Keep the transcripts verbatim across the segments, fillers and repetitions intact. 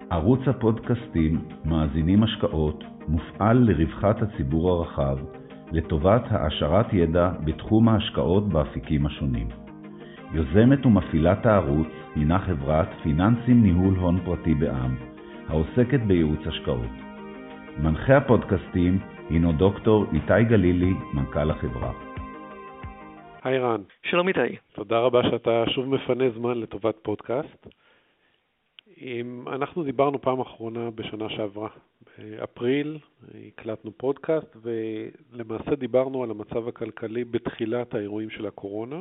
ערוץ הפודקאסטים מאזינים השקעות מופעל לרווחת הציבור הרחב, לטובת העשרת ידע בתחום ההשקעות באפיקים השונים. יוזמת ומפעילת הערוץ הינה חברת פיננסים ניהול הון פרטי בע"מ, העוסקת בייעוץ השקעות. מנחה הפודקאסטים הינו דוקטור איתי גלילי, מנכ"ל החברה. היי רן. שלום איתי. תודה רבה שאתה שוב מפנה זמן לטובת פודקאסט. אנחנו דיברנו פעם אחרונה בשנה שעברה, באפריל, הקלטנו פודקאסט ולמעשה דיברנו על המצב הכלכלי בתחילת האירועים של הקורונה,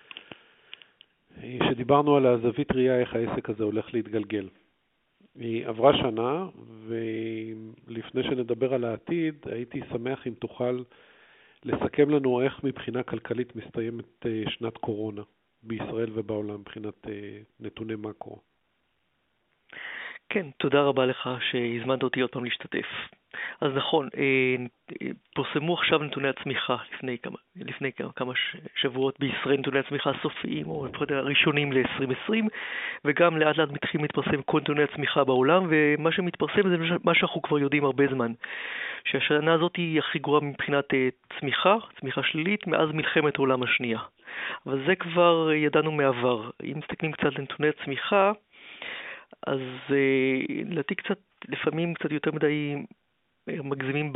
שדיברנו על הזווית ראייה איך העסק הזה הולך להתגלגל. עברה שנה, ולפני שנדבר על העתיד, הייתי שמח אם תוכל לסכם לנו איך מבחינה כלכלית מסתיימת שנת קורונה בישראל ובעולם, מבחינת נתוני מקרו. כן, תודה רבה לך שהזמנת אותי עוד פעם להשתתף. אז נכון, פורסמו עכשיו נתוני הצמיחה לפני כמה, לפני כמה שבועות בישראל, נתוני הצמיחה הסופיים או הראשונים ל-עשרים עשרים, וגם לאט לאט מתחילים להתפרסם כל נתוני הצמיחה בעולם, ומה שמתפרסם זה מה שאנחנו כבר יודעים הרבה זמן, שהשנה הזאת היא הכי גרועה מבחינת צמיחה, צמיחה שלילית, מאז מלחמת העולם השנייה. אבל זה כבר ידענו מעבר. אם מסתכלים קצת לנתוני הצמיחה, אז לדעתי קצת, לפעמים קצת יותר מדי מגזימים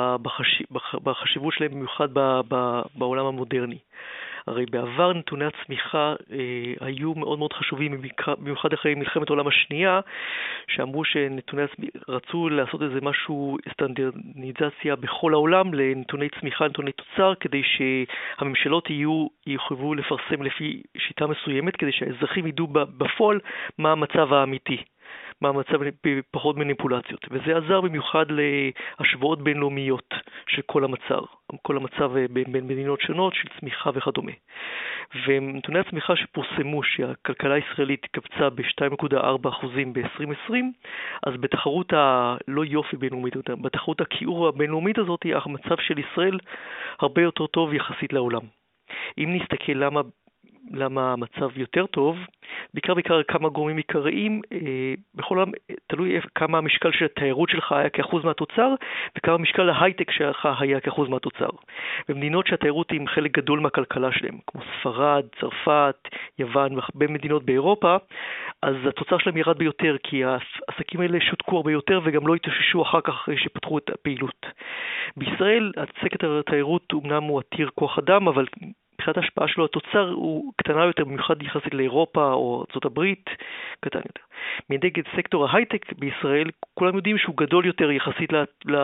בחשיבות שלהם, במיוחד בעולם המודרני. הרי בעבר נתוני הצמיחה אה, היו מאוד מאוד חשובים, במיוחד אחרי מלחמת העולם השנייה, שאמרו שנתוני הצמיחה, רצו לעשות איזה משהו, סטנדרטיזציה בכל העולם לנתוני צמיחה, נתוני תוצר, כדי שהממשלות יהיו, יחויבו לפרסם לפי שיטה מסוימת, כדי שהאזרחים ידעו בפועל מה המצב האמיתי. מה המצב פחות מניפולציות, וזה עזר במיוחד להשוואות בינלאומיות של כל המצב, כל המצב בין מדינות שונות של צמיחה וכדומה. ונתוני הצמיחה שפורסמו שהכלכלה הישראלית קפצה ב-שתיים נקודה ארבע אחוז ב-עשרים עשרים, אז בתחרות הלא יופי בינלאומית, בתחרות הכיעור הבינלאומית הזאת, המצב של ישראל הרבה יותר טוב יחסית לעולם. אם נסתכל למה למה המצב יותר טוב, בעיקר בעיקר כמה גורמים עיקריים, אה, בכל העולם תלוי כמה המשקל של התיירות שלך היה כאחוז מהתוצר, וכמה המשקל ההייטק שלך היה כאחוז מהתוצר. במדינות שהתיירות היא חלק גדול מהכלכלה שלהם, כמו ספרד, צרפת, יוון והרבה מדינות באירופה, אז התוצר שלהם ירד ביותר, כי העסקים האלה שותקו הרבה יותר, וגם לא התאוששו אחר כך אחרי שפתחו את הפעילות. בישראל, סקטור התיירות אומנם הוא עתיר כוח אדם, אבל מבחינת ההשפעה שלו, התוצר הוא קטנה יותר, במיוחד יחסית לאירופה או ארצות הברית, קטן יותר. מנגד סקטור ההייטק בישראל, כולם יודעים שהוא גדול יותר יחסית ל... ל...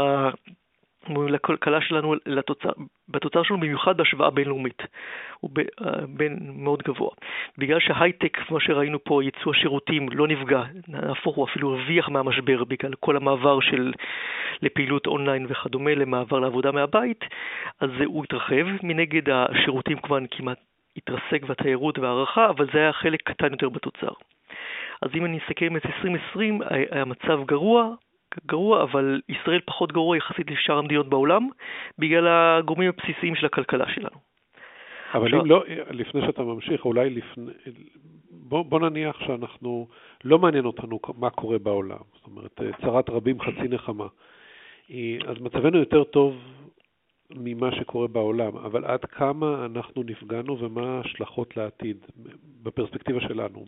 לכלכלה שלנו, לתוצר, בתוצר שלנו, במיוחד בהשוואה בינלאומית. הוא ב, בין מאוד גבוה. בגלל שההייטק, כמו שראינו פה, ייצוא השירותים לא נפגע, נהפוך הוא אפילו הרוויח מהמשבר, בגלל כל המעבר של לפעילות אונליין וכדומה, למעבר לעבודה מהבית, אז הוא התרחב. מנגד השירותים כבר כמעט התרסק, והתיירות והערכה, אבל זה היה חלק קטן יותר בתוצר. אז אם אני אסתכל את עשרים עשרים, המצב גרוע, גרוע, אבל ישראל פחות גרוע יחסית לשאר המדינות בעולם, בגלל הגורמים הבסיסיים של הכלכלה שלנו. אבל עכשיו... אם לא, לפני שאתה ממשיך, אולי לפני, בוא, בוא נניח שאנחנו, לא מעניין אותנו מה קורה בעולם. זאת אומרת, צרת רבים חצי נחמה. אז מצבנו יותר טוב ממה שקורה בעולם, אבל עד כמה אנחנו נפגענו ומה ההשלכות לעתיד, בפרספקטיבה שלנו?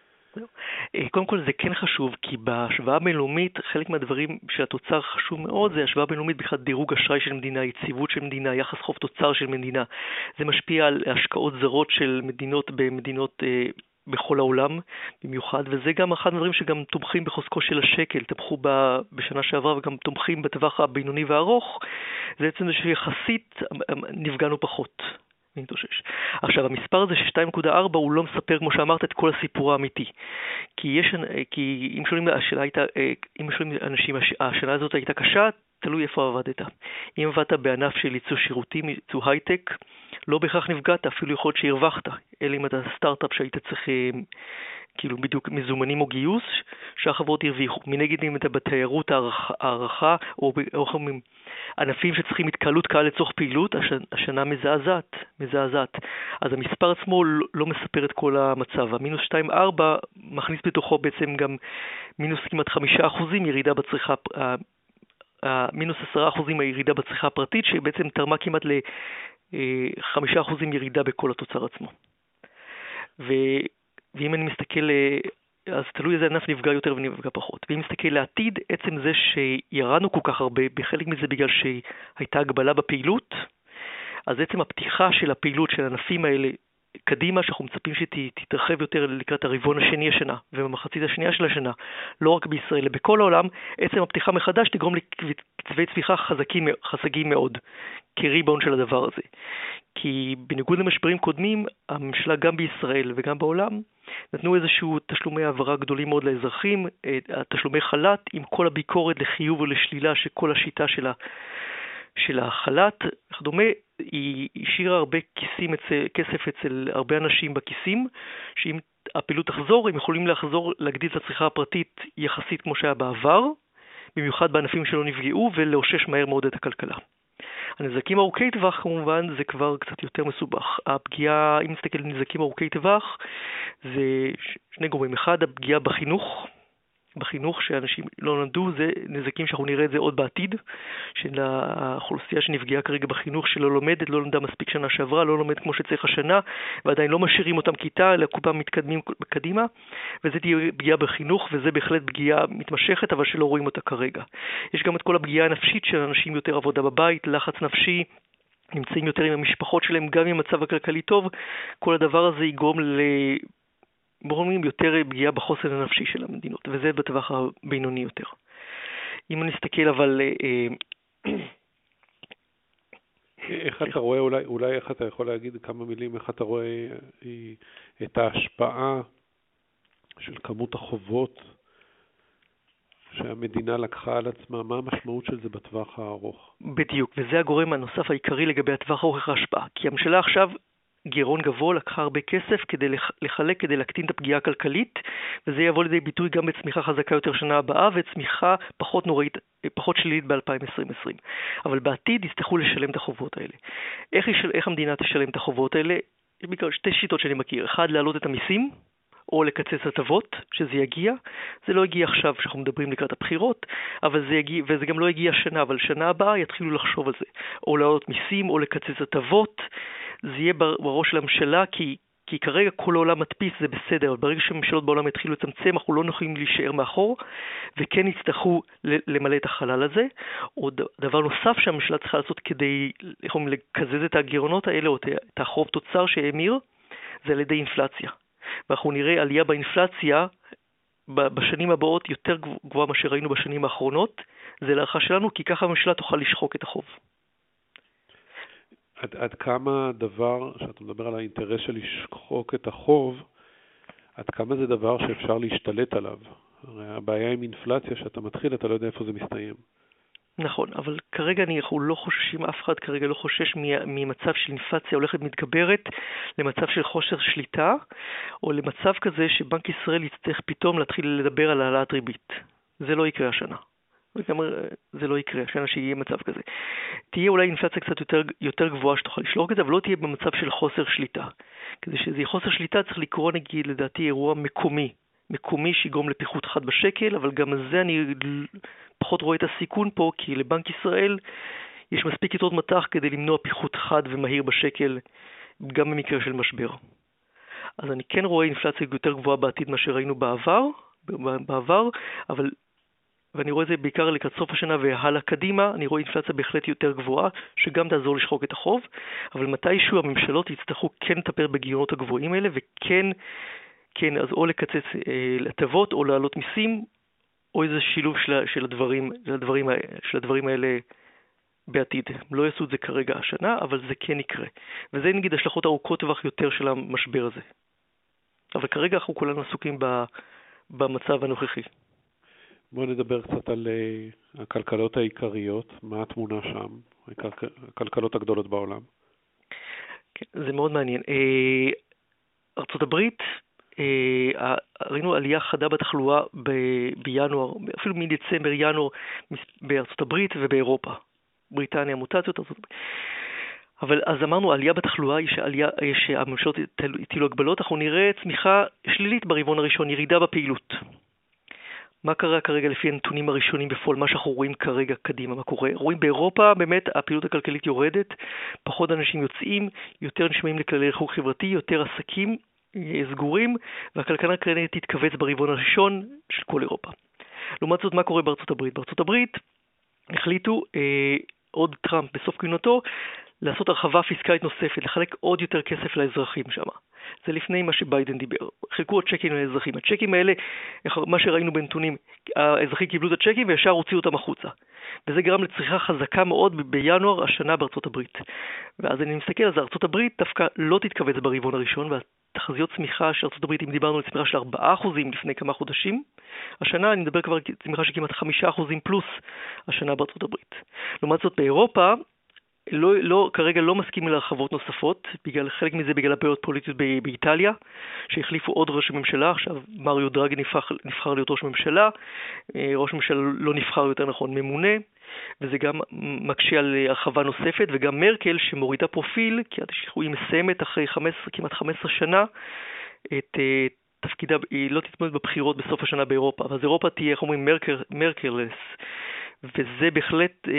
קודם כל זה כן חשוב, כי בהשוואה הבינלאומית חלק מהדברים שהתוצר חשוב מאוד, זה השוואה בינלאומית בכלל דירוג אשראי של מדינה, יציבות של מדינה, יחס חוב תוצר של מדינה. זה משפיע על השקעות זרות של מדינות במדינות אה, בכל העולם במיוחד, וזה גם אחד הדברים שגם תומכים בחוזקו של השקל, תמכו ב, בשנה שעברה וגם תומכים בטווח הבינוני והארוך, זה בעצם שיחסית נפגענו פחות. מתאושש. עכשיו, המספר הזה ש-שתיים נקודה ארבע הוא לא מספר, כמו שאמרת, את כל הסיפור האמיתי. כי יש, כי אם שואלים, השאלה הייתה, אם שואלים אנשים, השנה הזאת הייתה קשה, תלוי איפה עבדת. אם עבדת בענף של ייצוא שירותים, ייצוא הייטק, לא בהכרח נפגעת, אפילו יכול להיות שהרווחת. אלא אם אתה סטארט-אפ שהיית צריך כאילו בדיוק מזומנים או גיוס, שהחברות הרוויחו. מנגד אם אתה בתיירות הערכה, או ענפים שצריכים התקהלות קהל לצורך פעילות, השנה מזעזעת, מזעזעת. אז המספר עצמו לא מספר את כל המצב. המינוס שתיים ארבע מכניס בתוכו בעצם גם מינוס כמעט חמישה אחוזים ירידה בצריכה, המינוס עשרה אחוזים הירידה בצריכה הפרטית, שבעצם תרמה כמעט לחמישה אחוזים ירידה בכל התוצר עצמו. ו... ואם אני מסתכל, אז תלוי איזה ענף נפגע יותר ונפגע פחות. ואם מסתכל לעתיד, עצם זה שירדנו כל כך הרבה, בחלק מזה בגלל שהייתה הגבלה בפעילות, אז עצם הפתיחה של הפעילות של הענפים האלה קדימה, שאנחנו מצפים שתתרחב יותר לקראת הרבעון השני השנה, ובמחצית השנייה של השנה, לא רק בישראל, אלא בכל העולם, עצם הפתיחה מחדש תגרום לקצבי צמיחה חזקים, חזקים מאוד, כריבאונד של הדבר הזה. כי בניגוד למשברים קודמים, הממשלה גם בישראל וגם בעולם, נתנו איזשהו תשלומי העברה גדולים מאוד לאזרחים, תשלומי חל"ת, עם כל הביקורת לחיוב ולשלילה שכל השיטה שלה, של החל"ת, וכדומה, היא השאירה הרבה כיסים אצל, כסף אצל הרבה אנשים בכיסים, שאם הפעילות תחזור, הם יכולים לחזור, להגדיל את הצריכה הפרטית יחסית כמו שהיה בעבר, במיוחד בענפים שלא נפגעו, ולאושש מהר מאוד את הכלכלה. הנזקים ארוכי טווח כמובן זה כבר קצת יותר מסובך. הפגיעה, אם נסתכל על נזקים ארוכי טווח, זה שני גורמים. אחד, הפגיעה בחינוך, בחינוך שאנשים לא נדעו, זה נזקים שאנחנו נראה את זה עוד בעתיד, של האוכלוסייה שנפגעה כרגע בחינוך שלא לומדת, לא למדה מספיק שנה שעברה, לא לומדת כמו שצריך השנה, ועדיין לא משאירים אותם כיתה, אלא קופה מתקדמים קדימה, וזה תהיה פגיעה בחינוך, וזה בהחלט פגיעה מתמשכת, אבל שלא רואים אותה כרגע. יש גם את כל הפגיעה הנפשית של אנשים, יותר עבודה בבית, לחץ נפשי, נמצאים יותר עם המשפחות שלהם, גם עם מצב הכלכלי טוב, כל הדבר הזה יגרום ל... גורמים יותר פגיעה בחוסן הנפשי של המדינות, וזה בטווח הבינוני יותר. אם נסתכל אבל... איך אתה רואה, אולי, אולי איך אתה יכול להגיד כמה מילים, איך אתה רואה את ההשפעה של כמות החובות שהמדינה לקחה על עצמה, מה המשמעות של זה בטווח הארוך? בדיוק, וזה הגורם הנוסף העיקרי לגבי הטווח הארוך ההשפעה, כי הממשלה עכשיו גירעון גבוה, לקחה הרבה כסף כדי לחלק, כדי להקטין את הפגיעה הכלכלית, וזה יבוא לידי ביטוי גם בצמיחה חזקה יותר שנה הבאה, וצמיחה פחות נוראית, פחות שלילית ב-אלפיים עשרים. אבל בעתיד יצטרכו לשלם את החובות האלה. איך, ישל, איך המדינה תשלם את החובות האלה? יש בעיקר שתי שיטות שאני מכיר. אחד, להעלות את המיסים, או לקצץ הטבות, שזה יגיע. זה לא יגיע עכשיו שאנחנו מדברים לקראת הבחירות, אבל זה יגיע, וזה גם לא יגיע שנה, אבל שנה הבאה יתחילו לחשוב על זה. או להעלות מיסים, או לקצץ הטבות. זה יהיה בראש של הממשלה, כי, כי כרגע כל העולם מדפיס, זה בסדר, אבל ברגע שהממשלות בעולם יתחילו לצמצם, אנחנו לא יכולים להישאר מאחור, וכן יצטרכו למלא את החלל הזה. עוד דבר נוסף שהממשלה צריכה לעשות כדי לקזז את הגירעונות האלה, או את החוב תוצר שהאמיר, זה על ידי אינפלציה. ואנחנו נראה עלייה באינפלציה בשנים הבאות יותר גבוהה מה שראינו בשנים האחרונות, זה להערכה שלנו, כי ככה הממשלה תוכל לשחוק את החוב. עד, עד כמה דבר, שאתה מדבר על האינטרס של לשחוק את החוב, עד כמה זה דבר שאפשר להשתלט עליו? הרי הבעיה עם אינפלציה, שאתה מתחיל, אתה לא יודע איפה זה מסתיים. נכון, אבל כרגע אנחנו לא חוששים, אף אחד כרגע לא חושש ממצב של אינפלציה הולכת מתגברת למצב של חוסר שליטה, או למצב כזה שבנק ישראל יצטרך פתאום להתחיל לדבר על העלאת ריבית. זה לא יקרה השנה. זה לא יקרה, השנה שיהיה מצב כזה. תהיה אולי אינפלציה קצת יותר, יותר גבוהה שתוכל לשלוח את זה, אבל לא תהיה במצב של חוסר שליטה. כדי שזה יהיה חוסר שליטה צריך לקרוא נגיד לדעתי אירוע מקומי, מקומי שיגרום לפיחות חד בשקל, אבל גם על זה אני פחות רואה את הסיכון פה, כי לבנק ישראל יש מספיק יתרות מטח כדי למנוע פיחות חד ומהיר בשקל, גם במקרה של משבר. אז אני כן רואה אינפלציה יותר גבוהה בעתיד מה שראינו בעבר, בעבר, אבל ואני רואה את זה בעיקר לקראת סוף השנה והלאה קדימה, אני רואה אינפלציה בהחלט יותר גבוהה, שגם תעזור לשחוק את החוב, אבל מתישהו הממשלות יצטרכו כן לטפל בגירעונות הגבוהים האלה, וכן, כן, אז או לקצץ אה, לטבות, או להעלות מיסים, או איזה שילוב של, של, הדברים, של, הדברים, של הדברים האלה בעתיד. לא יעשו את זה כרגע השנה, אבל זה כן יקרה. וזה נגיד השלכות ארוכות טווח יותר של המשבר הזה. אבל כרגע אנחנו כולנו עסוקים ב, במצב הנוכחי. בואו נדבר קצת על uh, הכלכלות העיקריות, מה התמונה שם, הכלכלות הגדולות בעולם. כן, זה מאוד מעניין. Uh, ארצות הברית, uh, אה, ראינו עלייה חדה בתחלואה ב- בינואר, אפילו מדצמבר, ינואר, בארצות הברית ובאירופה. בריטניה, מוטציות, ארצות הברית. אבל אז אמרנו, עלייה בתחלואה היא שעלייה, שהממשלות הטילו הגבלות, אנחנו נראה צמיחה שלילית ברבעון הראשון, ירידה בפעילות. מה קרה כרגע לפי הנתונים הראשונים בפועל, מה שאנחנו רואים כרגע קדימה, מה קורה? רואים באירופה באמת הפעילות הכלכלית יורדת, פחות אנשים יוצאים, יותר נשמעים לכללי ריחוק חברתי, יותר עסקים סגורים, והכלכלה כנראה תתכווץ ברבעון הראשון של כל אירופה. לעומת זאת, מה קורה בארצות הברית? בארצות הברית החליטו אה, עוד טראמפ בסוף כהונתו לעשות הרחבה פיסקלית נוספת, לחלק עוד יותר כסף לאזרחים שם. זה לפני מה שביידן דיבר. חילקו עוד צ'קים לאזרחים. הצ'קים האלה, מה שראינו בנתונים, האזרחים קיבלו את הצ'קים וישר הוציאו אותם החוצה. וזה גרם לצריכה חזקה מאוד בינואר השנה בארצות הברית. ואז אני מסתכל, אז ארצות הברית דווקא לא תתכווץ ברבעון הראשון, והתחזיות צמיחה של ארצות הברית, אם דיברנו על צמיחה של ארבעה אחוזים לפני כמה חודשים, השנה אני מדבר כבר צמיחה של כמעט חמישה אחוזים פלוס השנה בארצות הברית. לעומת זאת באירופה, לא, לא, כרגע לא מסכימים להרחבות נוספות, בגלל, חלק מזה בגלל הבעיות פוליטיות ב- באיטליה, שהחליפו עוד ראש ממשלה, עכשיו מריו דרגי נבחר, נבחר להיות ראש ממשלה, ראש ממשלה לא נבחר יותר נכון ממונה, וזה גם מקשה על הרחבה נוספת, וגם מרקל שמורידה פרופיל, כי היא מסיימת אחרי חמש עשרה, כמעט חמש עשרה שנה, את תפקידה, היא לא תתמודד בבחירות בסוף השנה באירופה, אז אירופה תהיה, איך אומרים, מרקל, מרקלס, וזה בהחלט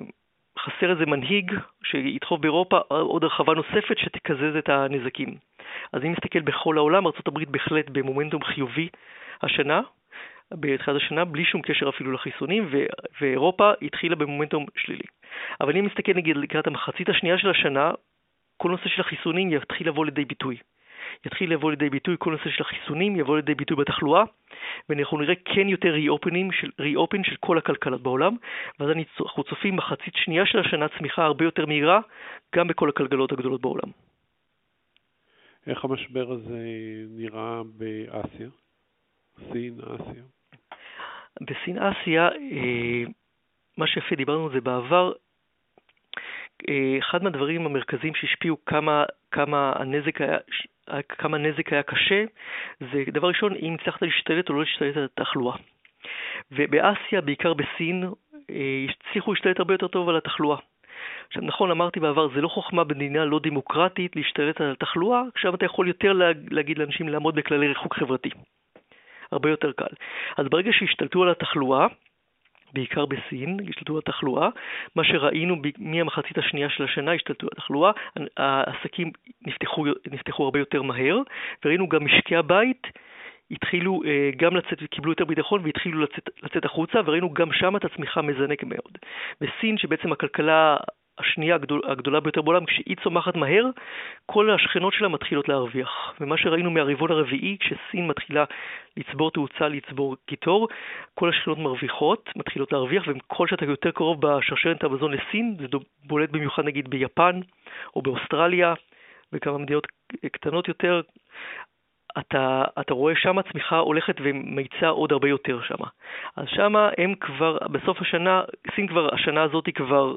חסר איזה מנהיג שידחוף באירופה עוד הרחבה נוספת שתקזז את הנזקים. אז אם נסתכל בכל העולם, ארצות הברית בהחלט במומנטום חיובי השנה, בתחילת השנה, בלי שום קשר אפילו לחיסונים, ו- ואירופה התחילה במומנטום שלילי. אבל אם נסתכל נגיד לקראת המחצית השנייה של השנה, כל נושא של החיסונים יתחיל לבוא לידי ביטוי. יתחיל לבוא לידי ביטוי, כל נושא של החיסונים יבוא לידי ביטוי בתחלואה, ואנחנו נראה כן יותר רי-אופנים של, רי-אופן של כל הכלכלות בעולם, ואז אנחנו צופים מחצית שנייה של השנה צמיחה הרבה יותר מהירה, גם בכל הכלכלות הגדולות בעולם. איך המשבר הזה נראה באסיה? סין, אסיה? בסין, אסיה, מה שיפה, דיברנו על זה בעבר, אחד מהדברים המרכזיים שהשפיעו כמה, כמה הנזק היה, כמה נזק היה קשה, זה דבר ראשון, אם הצלחת להשתלט או לא להשתלט על התחלואה. ובאסיה, בעיקר בסין, הצליחו להשתלט הרבה יותר טוב על התחלואה. עכשיו, נכון, אמרתי בעבר, זה לא חוכמה במדינה לא דמוקרטית להשתלט על התחלואה, עכשיו אתה יכול יותר להגיד לאנשים לעמוד בכללי ריחוק חברתי. הרבה יותר קל. אז ברגע שהשתלטו על התחלואה, בעיקר בסין, השתלטו על התחלואה, מה שראינו מהמחצית השנייה של השנה, השתלטו על התחלואה, העסקים נפתחו, נפתחו הרבה יותר מהר, וראינו גם משקי הבית, התחילו גם לצאת וקיבלו יותר ביטחון והתחילו לצאת, לצאת החוצה, וראינו גם שם את הצמיחה מזנק מאוד. בסין, שבעצם הכלכלה השנייה הגדול, הגדולה ביותר בעולם, כשהיא צומחת מהר, כל השכנות שלה מתחילות להרוויח. ומה שראינו מהרבעון הרביעי, כשסין מתחילה לצבור תאוצה, לצבור קיטור, כל השכנות מרוויחות, מתחילות להרוויח, וכל שאתה יותר קרוב בשרשרת המזון לסין, זה בולט במיוחד נגיד ביפן או באוסטרליה, וכמה מדינות קטנות יותר, אתה, אתה רואה שם הצמיחה הולכת ומייצה עוד הרבה יותר שם. אז שם הם כבר, בסוף השנה, סין כבר, השנה הזאת כבר,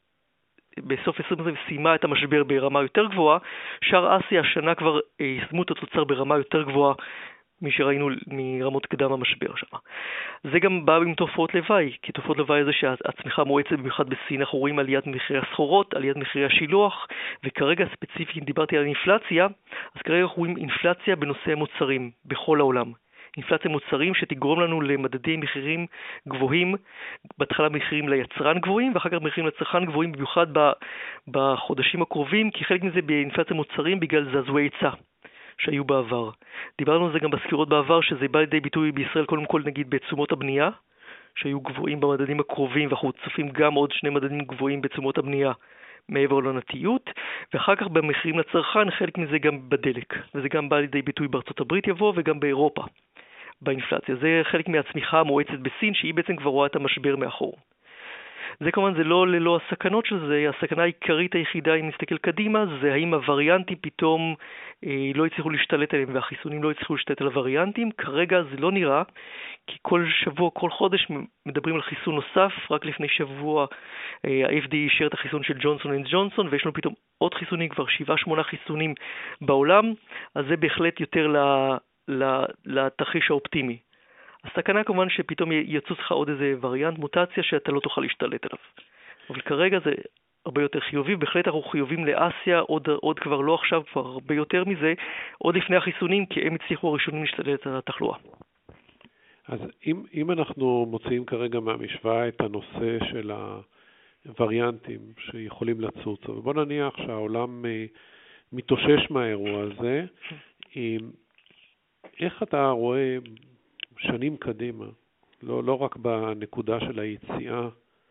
בסוף עשרים עשרים סיימה את המשבר ברמה יותר גבוהה, שאר אסיה השנה כבר יישמו את התוצר ברמה יותר גבוהה מי שראינו מרמות קדם המשבר שם. זה גם בא עם תופעות לוואי, כי תופעות לוואי זה שהצמיחה מואצת במיוחד בסין, אנחנו רואים עליית מחירי הסחורות, עליית מחירי השילוח, וכרגע ספציפית דיברתי על אינפלציה, אז כרגע אנחנו רואים אינפלציה בנושא מוצרים בכל העולם. אינפלציה מוצרים שתגרום לנו למדדי מחירים גבוהים, בהתחלה מחירים ליצרן גבוהים, ואחר כך מחירים לצרכן גבוהים, במיוחד בחודשים הקרובים, כי חלק מזה באינפלציה מוצרים בגלל זעזועי היצע שהיו בעבר. דיברנו על זה גם בסקירות בעבר, שזה בא לידי ביטוי בישראל, קודם כל נגיד בתשומות הבנייה, שהיו גבוהים במדדים הקרובים, ואנחנו צופים גם עוד שני מדדים גבוהים בתשומות הבנייה מעבר לעונתיות, ואחר כך במחירים לצרכן, חלק מזה גם בדלק, וזה גם בא לידי ביטוי בארצות הברית יבוא, וגם באירופה, באינפלציה. זה חלק מהצמיחה המואצת בסין, שהיא בעצם כבר רואה את המשבר מאחור. זה כמובן זה לא ללא הסכנות של זה, הסכנה העיקרית היחידה אם נסתכל קדימה, זה האם הווריאנטים פתאום אה, לא יצליחו להשתלט עליהם, והחיסונים לא יצליחו להשתלט על הווריאנטים. כרגע זה לא נראה, כי כל שבוע, כל חודש מדברים על חיסון נוסף, רק לפני שבוע אה, ה-אף די איי אישר את החיסון של ג'ונסון אנד ג'ונסון, ויש לנו פתאום עוד חיסונים, כבר שבעה שמונה חיסונים בעולם, אז זה בהחלט יותר ל... לתרחיש האופטימי. הסכנה כמובן שפתאום יצוץ לך עוד איזה וריאנט, מוטציה שאתה לא תוכל להשתלט עליו. אבל כרגע זה הרבה יותר חיובי, בהחלט אנחנו חיובים לאסיה, עוד, עוד כבר לא עכשיו, כבר הרבה יותר מזה, עוד לפני החיסונים, כי הם הצליחו הראשונים להשתלט על התחלואה. אז אם, אם אנחנו מוציאים כרגע מהמשוואה את הנושא של הווריאנטים שיכולים לצוץ, ובוא נניח שהעולם מתאושש מהאירוע הזה, איך אתה רואה שנים קדימה, לא, לא רק בנקודה של היציאה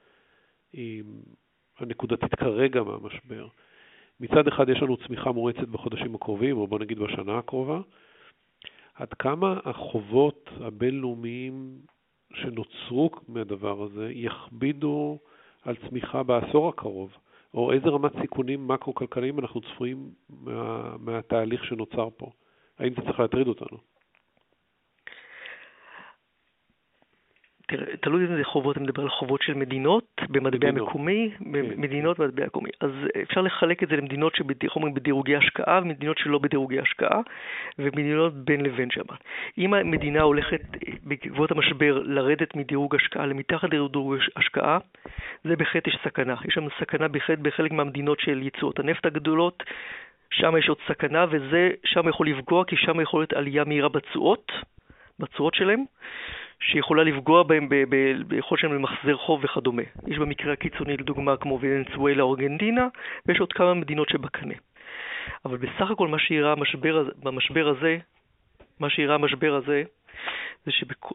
הנקודתית כרגע מהמשבר. מצד אחד יש לנו צמיחה מואצת בחודשים הקרובים, או בוא נגיד בשנה הקרובה, עד כמה החובות הבינלאומיים שנוצרו מהדבר הזה יכבידו על צמיחה בעשור הקרוב, או איזה רמת סיכונים מקרו-כלכליים אנחנו צפויים מה, מהתהליך שנוצר פה. האם זה צריך להטריד אותנו? תראה, תלוי איזה חובות, אני מדבר על חובות של מדינות במטבע מקומי, מדינות במטבע מקומי. אז אפשר לחלק את זה למדינות שאומרים בדירוגי השקעה, ומדינות שלא בדירוגי השקעה, ומדינות בין לבין שם. אם המדינה הולכת בעקבות המשבר לרדת מדירוג השקעה למתחת לדירוג השקעה, זה בהחלט יש סכנה. יש שם סכנה בהחלט בחלק מהמדינות של יצואות הנפט הגדולות, שם יש עוד סכנה, וזה שם יכול לפגוע, כי שם יכול להיות עלייה מהירה בתשואות, בתשואות שלהם, שיכולה לפגוע בהם ביכולת שלהם למחזר חוב וכדומה. יש במקרה הקיצוני לדוגמה כמו ונצואלה או ארגנטינה, ויש עוד כמה מדינות שבקנה. אבל בסך הכל מה שיראה המשבר, במשבר הזה, מה שיראה המשבר הזה, זה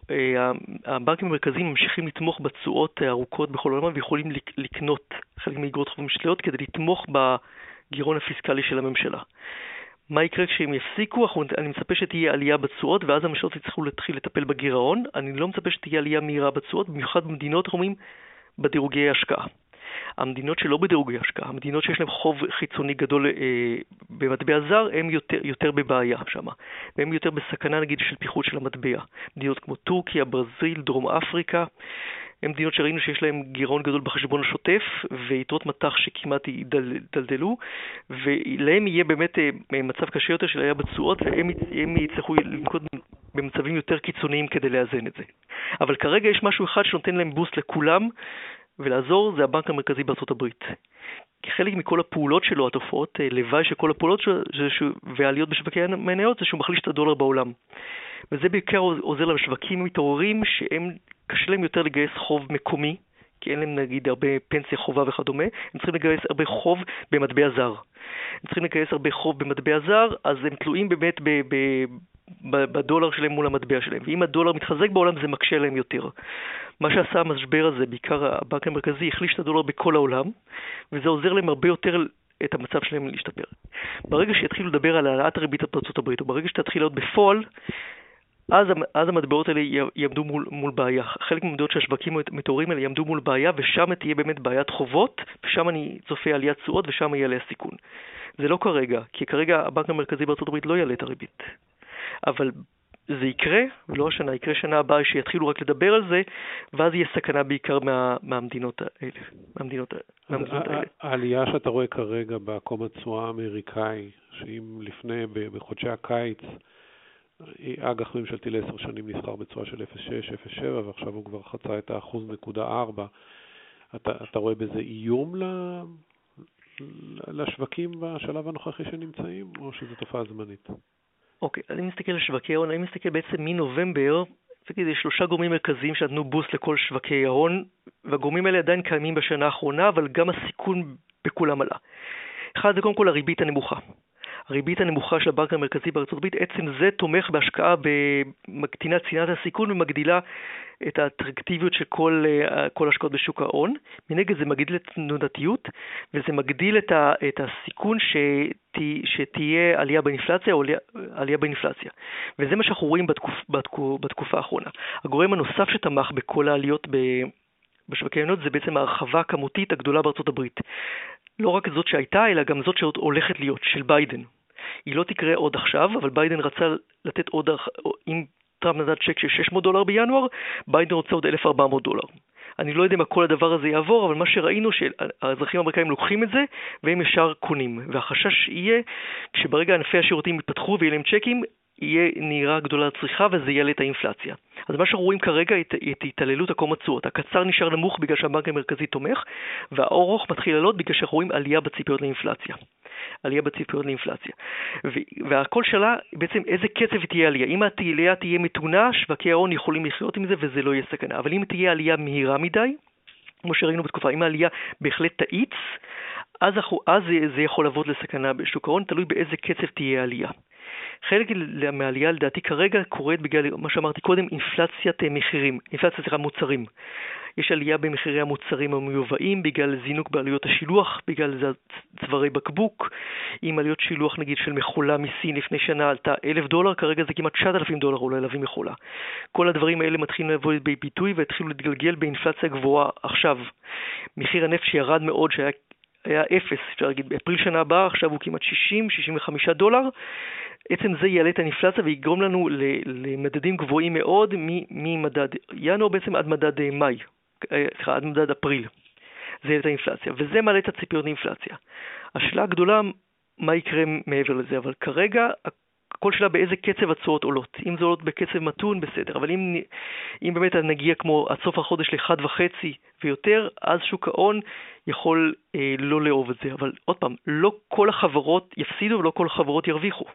שהבנקים המרכזיים ממשיכים לתמוך בתשואות ארוכות בכל העולם, ויכולים לקנות חלק מאגרות חוב משליות כדי לתמוך בגירעון הפיסקלי של הממשלה. מה יקרה כשהם יפסיקו? אני מצפה שתהיה עלייה בתשואות, ואז הממשלות יצטרכו להתחיל לטפל בגירעון. אני לא מצפה שתהיה עלייה מהירה בתשואות, במיוחד במדינות אומרים בדירוגי השקעה. המדינות שלא בדירוגי השקעה, המדינות שיש להם חוב חיצוני גדול אה, במטבע זר, הם יותר, יותר בבעיה שם. והם יותר בסכנה נגיד של פיחות של המטבע. מדינות כמו טורקיה, ברזיל, דרום אפריקה, הם מדינות שראינו שיש להם גירעון גדול בחשבון השוטף, ויתרות מטח שכמעט ידלדלו, ולהם יהיה באמת מצב קשה יותר של היה בתשואות, והם יצטרכו לנקוט במצבים יותר קיצוניים כדי לאזן את זה. אבל כרגע יש משהו אחד שנותן להם בוסט לכולם, ולעזור זה הבנק המרכזי בארצות הברית. כחלק מכל הפעולות שלו, התופעות, לוואי שכל הפעולות שלו, והעליות בשווקי המניות, זה שהוא מחליש את הדולר בעולם. וזה בעיקר עוזר לשווקים מתעוררים שהם קשה להם יותר לגייס חוב מקומי, כי אין להם נגיד הרבה פנסיה חובה וכדומה, הם צריכים לגייס הרבה חוב במטבע זר. הם צריכים לגייס הרבה חוב במטבע זר, אז הם תלויים באמת ב- ב- ב- בדולר שלהם מול המטבע שלהם. ואם הדולר מתחזק בעולם זה מקשה להם יותר. מה שעשה המשבר הזה, בעיקר הבנק המרכזי, החליש את הדולר בכל העולם, וזה עוזר להם הרבה יותר את המצב שלהם להשתפר. ברגע שיתחילו לדבר על העלאת הריבית בארצות הברית, או ברגע שתתחיל להיות בפועל, אז, אז המטבעות האלה יעמדו מול, מול בעיה. חלק מהמטבעות שהשווקים מתעוררים האלה יעמדו מול בעיה, ושם תהיה באמת בעיית חובות, ושם אני צופה עליית תשואות, ושם יהיה עליה סיכון. זה לא כרגע, כי כרגע הבנק המרכזי בארצות הברית לא יעלה את הריבית. אבל זה יקרה, ולא השנה, יקרה שנה הבאה שיתחילו רק לדבר על זה, ואז יהיה סכנה בעיקר מה, מהמדינות האלה. מהמדינות, מהמדינות האלה. העלייה שאתה רואה כרגע בעקום התשואה האמריקאי, שאם לפני, בחודשי הקיץ, אג"ח ממשלתי לעשר שנים נסחר בצורה של אפס נקודה שש, אפס נקודה שבע, ועכשיו הוא כבר חצה את האחוז נקודה ארבע. אתה, אתה רואה בזה איום לשווקים בשלב הנוכחי שנמצאים, או שזו תופעה זמנית? אוקיי, אני מסתכל על שווקי ההון, אני מסתכל בעצם מנובמבר, יש שלושה גורמים מרכזיים שנתנו בוסט לכל שווקי ההון, והגורמים האלה עדיין קיימים בשנה האחרונה, אבל גם הסיכון בכולם עלה. אחד זה קודם כל הריבית הנמוכה. הריבית הנמוכה של הבנק המרכזי בארצות הברית, עצם זה תומך בהשקעה במקטינת צנעת הסיכון ומגדילה את האטרקטיביות של כל, כל השקעות בשוק ההון. מנגד זה מגדיל את תנודתיות, וזה מגדיל את, ה, את הסיכון שתה, שתהיה עלייה באינפלציה או עלייה, עלייה באינפלציה. וזה מה שאנחנו רואים בתקופ, בתקופ, בתקופה האחרונה. הגורם הנוסף שתמך בכל העליות ב... בשווקי ההון זה בעצם ההרחבה הכמותית הגדולה בארצות הברית. לא רק זאת שהייתה, אלא גם זאת שעוד הולכת להיות, של ביידן. היא לא תקרה עוד עכשיו, אבל ביידן רצה לתת עוד, אם טראמפ נתן צ'ק של שש מאות דולר בינואר, ביידן רוצה עוד אלף וארבע מאות דולר. אני לא יודע מה כל הדבר הזה יעבור, אבל מה שראינו שהאזרחים האמריקאים לוקחים את זה, והם ישר קונים. והחשש יהיה, כשברגע ענפי השירותים יתפתחו ויהיה להם צ'קים, יהיה נהירה גדולה לצריכה וזה יעלה את האינפלציה. אז מה שאנחנו רואים כרגע את, את התעללות עקום התשואות. הקצר נשאר נמוך בגלל שהבנק המרכזי תומך, והארוך מתחיל לעלות בגלל שאנחנו רואים עלייה בציפיות לאינפלציה. עלייה בציפיות לאינפלציה. והכל שאלה בעצם איזה קצב תהיה עלייה. אם העלייה תהיה מתונה, שווקי ההון יכולים לחיות עם זה וזה לא יהיה סכנה. אבל אם תהיה עלייה מהירה מדי, כמו שראינו בתקופה, אם העלייה בהחלט תאיץ, אז, אז זה, זה יכול לעבוד לסכנה בשוק ההון, תלוי באיזה קצב תהיה העלייה. חלק מהעלייה לדעתי כרגע קורית בגלל מה שאמרתי קודם, אינפלציית מחירים, אינפלציית מוצרים. יש עלייה במחירי המוצרים המיובאים בגלל זינוק בעלויות השילוח, בגלל זה צווארי בקבוק, עם עלויות שילוח נגיד של מכולה מסין לפני שנה עלתה אלף דולר, כרגע זה כמעט תשעת אלפים דולר אולי להביא מכולה. כל הדברים האלה מתחילים לבוא ביטוי והתחילו להתגלגל באינפלציה גבוהה עכשיו. מחיר הנפט שירד מאוד, שהיה היה אפס, אפשר להגיד, באפריל שנה הבאה, עכשיו הוא כמעט שישים שישים וחמישה דולר. עצם זה יעלה את האינפלציה ויגרום לנו למדדים גבוהים מאוד ממדד ינואר בעצם עד מדד מאי, עד מדד אפריל. זה יעלה את האינפלציה, וזה מעלה את הציפיות לאינפלציה. השאלה הגדולה, מה יקרה מעבר לזה, אבל כרגע כל שאלה באיזה קצב התשואות עולות. אם זה עולות בקצב מתון, בסדר. אבל אם, אם באמת נגיע כמו עד סוף החודש לאחד וחצי ויותר, אז שוק ההון יכול אה, לא לאהוב את זה. אבל עוד פעם, לא כל החברות יפסידו ולא כל החברות ירוויחו.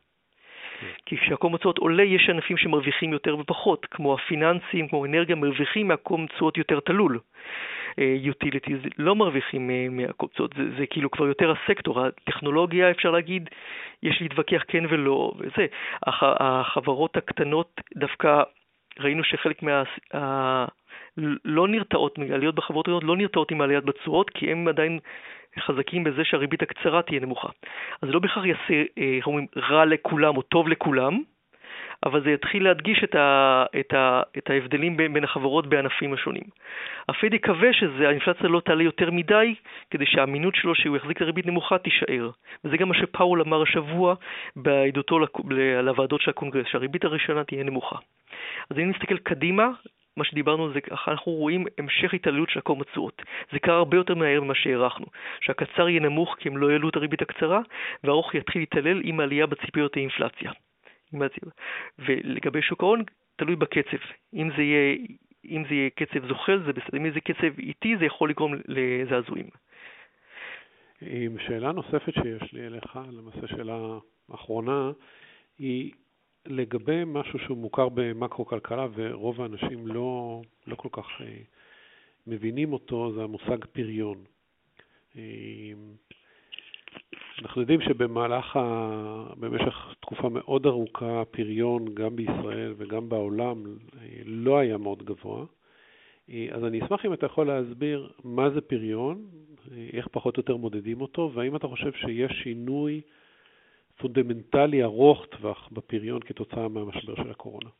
כי כשהקום תשואות עולה, יש ענפים שמרוויחים יותר ופחות, כמו הפיננסים, כמו אנרגיה, מרוויחים מהקום תשואות יותר תלול. יוטיליטיז לא מרוויחים מהקום תשואות, זה, זה כאילו כבר יותר הסקטור. הטכנולוגיה, אפשר להגיד, יש להתווכח כן ולא, וזה. הח, החברות הקטנות דווקא, ראינו שחלק מה... ה, לא נרתעות, מעליות בחברות הקטנות לא נרתעות עם העליית בתשואות, כי הם עדיין חזקים בזה שהריבית הקצרה תהיה נמוכה. אז לא בכך יעשה, איך אומרים, רע לכולם או טוב לכולם, אבל זה יתחיל להדגיש את, ה, את, ה, את ההבדלים בין, בין החברות בענפים השונים. הפד יקווה שהאינפלציה לא תעלה יותר מדי, כדי שהאמינות שלו שהוא יחזיק לריבית נמוכה תישאר. וזה גם מה שפאול אמר השבוע בעדותו לוועדות של הקונגרס, שהריבית הראשונה תהיה נמוכה. אז אם נסתכל קדימה, מה שדיברנו זה ככה, אנחנו רואים המשך התעללות של עקום התשואות. זה קרה הרבה יותר מהר ממה שהערכנו. שהקצר יהיה נמוך כי הם לא העלו את הריבית הקצרה, והארוך יתחיל להתעלל עם העלייה בציפיות האינפלציה. ולגבי שוק ההון, תלוי בקצב. אם זה יהיה, אם זה יהיה קצב זוחל, זה בסדר. אם זה קצב איטי, זה יכול לגרום לזעזועים. עם שאלה נוספת שיש לי אליך, למעשה שאלה האחרונה, היא לגבי משהו שהוא מוכר במקרו-כלכלה, ורוב האנשים לא, לא כל כך אה, מבינים אותו, זה המושג פריון. אה, אנחנו יודעים שבמהלך, ה... במשך תקופה מאוד ארוכה, פריון גם בישראל וגם בעולם לא היה מאוד גבוה. אז אני אשמח אם אתה יכול להסביר מה זה פריון, איך פחות או יותר מודדים אותו, והאם אתה חושב שיש שינוי פונדמנטלי ארוך טווח בפריון כתוצאה מהמשבר של הקורונה.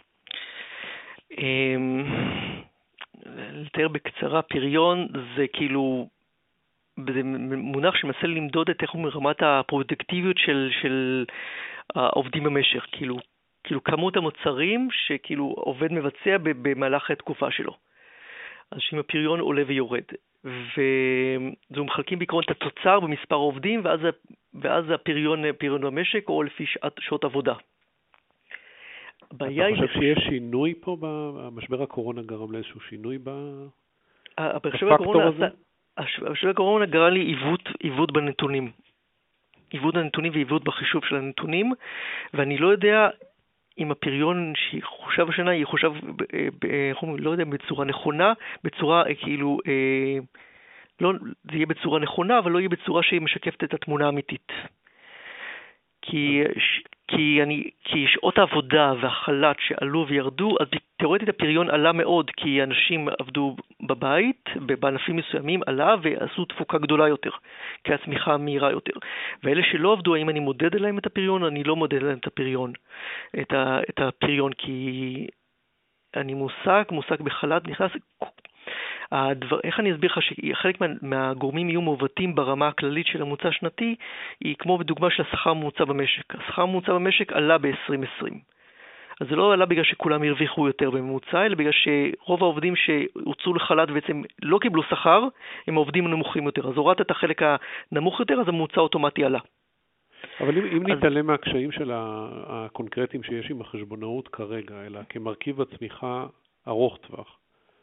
לתאר בקצרה, פריון זה כאילו... זה מונח שמנסה למדוד את איך הוא מרמת הפרודקטיביות של, של העובדים במשך, כאילו, כאילו כמות המוצרים שכאילו עובד מבצע במהלך התקופה שלו. אז שאם הפריון עולה ויורד. וזו מחלקים בעיקרון את התוצר במספר עובדים, ואז, ואז הפריון, הפריון במשק או לפי שעת, שעות עבודה. אתה חושב שיש שינוי פה, במשבר הקורונה גרם לאיזשהו שינוי בפקטור הזה? המשבר הקורונה גרם לי עיוות, עיוות בנתונים. עיוות הנתונים ועיוות בחישוב של הנתונים, ואני לא יודע אם הפריון שחושב השנה יחושב, לא יודע, בצורה נכונה, בצורה כאילו, לא, זה יהיה בצורה נכונה, אבל לא יהיה בצורה שהיא משקפת את התמונה האמיתית. כי, כי, אני, כי שעות העבודה והחל"ת שעלו וירדו, אז תיאורטית הפריון עלה מאוד, כי אנשים עבדו בבית, בענפים מסוימים עלה ועשו תפוקה גדולה יותר, כי הצמיחה מהירה יותר. ואלה שלא עבדו, האם אני מודד להם את הפריון? אני לא מודד להם את הפריון, את, ה, את הפריון, כי אני מושג, מושג בחל"ת, נכנס... הדבר, איך אני אסביר לך שחלק מה, מהגורמים יהיו מעוותים ברמה הכללית של הממוצע השנתי, היא כמו בדוגמה של השכר הממוצע במשק. השכר הממוצע במשק עלה ב-עשרים עשרים. אז זה לא עלה בגלל שכולם הרוויחו יותר בממוצע, אלא בגלל שרוב העובדים שהוצאו לחל"ת בעצם לא קיבלו שכר, הם העובדים הנמוכים יותר. אז הורדת את החלק הנמוך יותר, אז הממוצע אוטומטי עלה. אבל אם, אם אז... נתעלם מהקשיים של הקונקרטיים שיש עם החשבונאות כרגע, אלא כמרכיב הצמיחה ארוך טווח,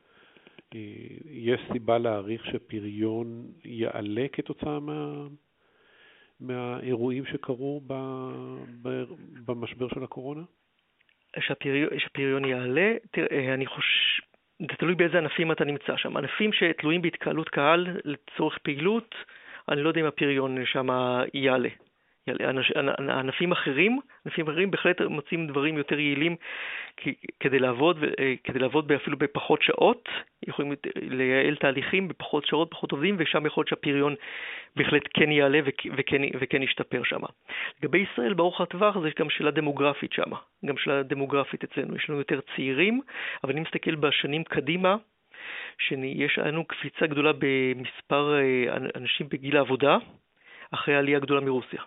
יש סיבה להעריך שפריון יעלה כתוצאה מה, מהאירועים שקרו ב, ב, במשבר של הקורונה? שהפריון, שהפריון יעלה, תראה, אני חושב, זה תלוי באיזה ענפים אתה נמצא שם. ענפים שתלויים בהתקהלות קהל לצורך פעילות, אני לא יודע אם הפריון שם יעלה. ענפים אחרים, ענפים אחרים בהחלט מוצאים דברים יותר יעילים כדי לעבוד, כדי לעבוד אפילו בפחות שעות, יכולים לייעל תהליכים בפחות שעות, פחות עובדים, ושם יכול להיות שהפריון בהחלט כן יעלה וכן, וכן ישתפר שם. לגבי ישראל, בארוך הטווח, זה גם שאלה דמוגרפית שם, גם שאלה דמוגרפית אצלנו. יש לנו יותר צעירים, אבל אם נסתכל בשנים קדימה, שיש לנו קפיצה גדולה במספר אנשים בגיל העבודה, אחרי העלייה הגדולה מרוסיה.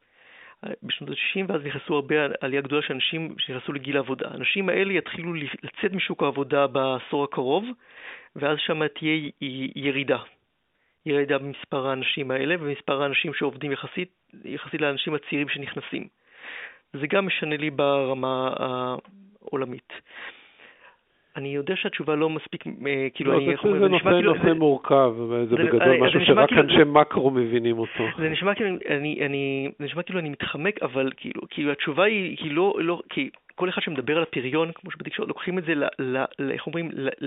בשנות ה-שישים, ואז נכנסו הרבה עלייה גדולה של אנשים שנכנסו לגיל העבודה. האנשים האלה יתחילו לצאת משוק העבודה בעשור הקרוב, ואז שם תהיה ירידה. ירידה במספר האנשים האלה, ומספר האנשים שעובדים יחסית, יחסית לאנשים הצעירים שנכנסים. זה גם משנה לי ברמה העולמית. אני יודע שהתשובה לא מספיק, כאילו... לא, זה נושא מורכב, וזה בגדול משהו שרק אנשי מקרו מבינים אותו. זה נשמע כאילו אני מתחמק, אבל כאילו התשובה היא לא... כי כל אחד שמדבר על הפריון, כמו שבתקשורת, לוקחים את זה, איך אומרים,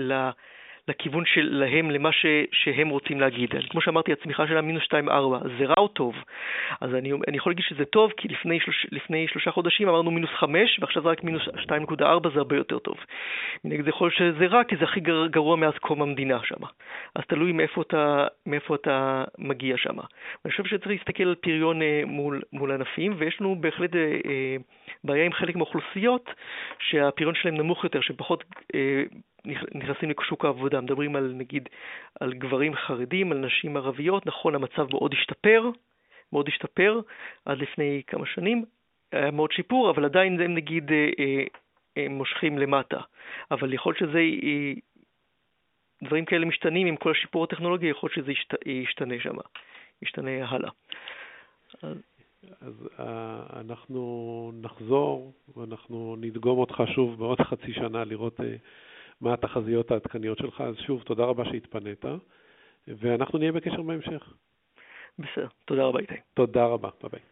לכיוון שלהם, למה שהם רוצים להגיד. כמו שאמרתי, הצמיחה שלה מינוס שתיים נקודה ארבע, זה רע או טוב? אז אני, אני יכול להגיד שזה טוב, כי לפני, שלוש, לפני שלושה חודשים אמרנו מינוס חמש, ועכשיו זה רק מינוס שתיים נקודה ארבע, זה הרבה יותר טוב. מנגד זה יכול שזה רע, כי זה הכי גרוע מאז קום המדינה שם. אז תלוי מאיפה אתה, מאיפה אתה מגיע שם. אני חושב שצריך להסתכל על פריון מול, מול ענפים, ויש לנו בהחלט אה, בעיה עם חלק מהאוכלוסיות, שהפריון שלהם נמוך יותר, שפחות... אה, נכנסים לשוק העבודה, מדברים על נגיד על גברים חרדים, על נשים ערביות, נכון, המצב מאוד השתפר, מאוד השתפר עד לפני כמה שנים, היה מאוד שיפור, אבל עדיין הם נגיד אה, אה, מושכים למטה, אבל יכול להיות שזה, אה, דברים כאלה משתנים עם כל השיפור הטכנולוגי, יכול להיות שזה ישת, ישתנה שם, ישתנה הלאה. אז... אז uh, אנחנו נחזור ואנחנו נדגום אותך שוב בעוד חצי שנה לראות uh, מה התחזיות העדכניות שלך. אז שוב, תודה רבה שהתפנית, ואנחנו נהיה בקשר בהמשך. בסדר, תודה רבה איתי. תודה רבה, ביי ביי.